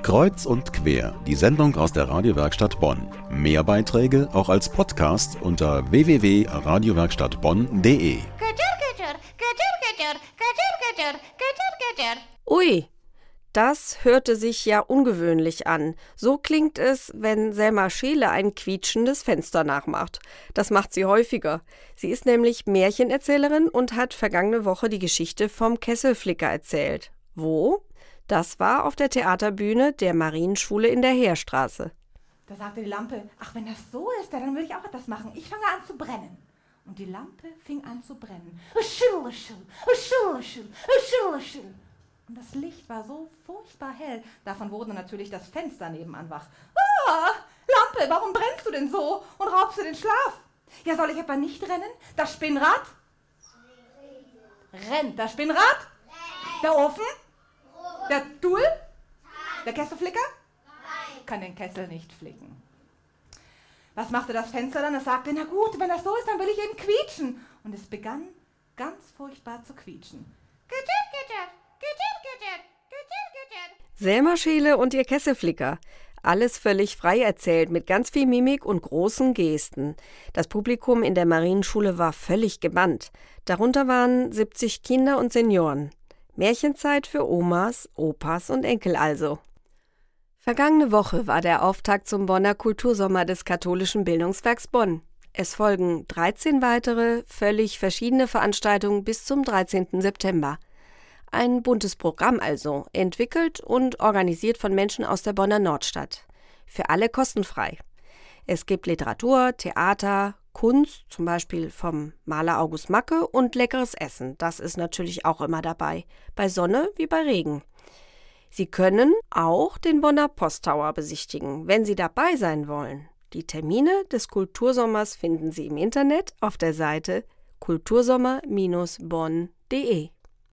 Kreuz und quer, die Sendung aus der Radiowerkstatt Bonn. Mehr Beiträge auch als Podcast unter www.radiowerkstattbonn.de. Ui, das hörte sich ja ungewöhnlich an. So klingt es, wenn Selma Scheele ein quietschendes Fenster nachmacht. Das macht sie häufiger. Sie ist nämlich Märchenerzählerin und hat vergangene Woche die Geschichte vom Kesselflicker erzählt. Wo? Das war auf der Theaterbühne der Marienschule in der Heerstraße. Da sagte die Lampe, ach, wenn das so ist, dann will ich auch etwas machen. Ich fange an zu brennen. Und die Lampe fing an zu brennen. Und das Licht war so furchtbar hell. Davon wurde natürlich das Fenster nebenan wach. Ah, Lampe, warum brennst du denn so und raubst du den Schlaf? Ja, soll ich etwa nicht rennen? Das Spinnrad? Rennt das Spinnrad? Der Ofen? Der Stuhl? Der Kesselflicker? Kann den Kessel nicht flicken. Was machte das Fenster dann? Es sagte, na gut, wenn das so ist, dann will ich eben quietschen. Und es begann ganz furchtbar zu quietschen. Selma Scheele und ihr Kesselflicker. Alles völlig frei erzählt, mit ganz viel Mimik und großen Gesten. Das Publikum in der Marienschule war völlig gebannt. Darunter waren 70 Kinder und Senioren. Märchenzeit für Omas, Opas und Enkel also. Vergangene Woche war der Auftakt zum Bonner Kultursommer des Katholischen Bildungswerks Bonn. Es folgen 13 weitere, völlig verschiedene Veranstaltungen bis zum 13. September. Ein buntes Programm also, entwickelt und organisiert von Menschen aus der Bonner Nordstadt. Für alle kostenfrei. Es gibt Literatur, Theater, Kunst, zum Beispiel vom Maler August Macke, und leckeres Essen. Das ist natürlich auch immer dabei. Bei Sonne wie bei Regen. Sie können auch den Bonner Posttower besichtigen, wenn Sie dabei sein wollen. Die Termine des Kultursommers finden Sie im Internet auf der Seite kultursommer-bonn.de.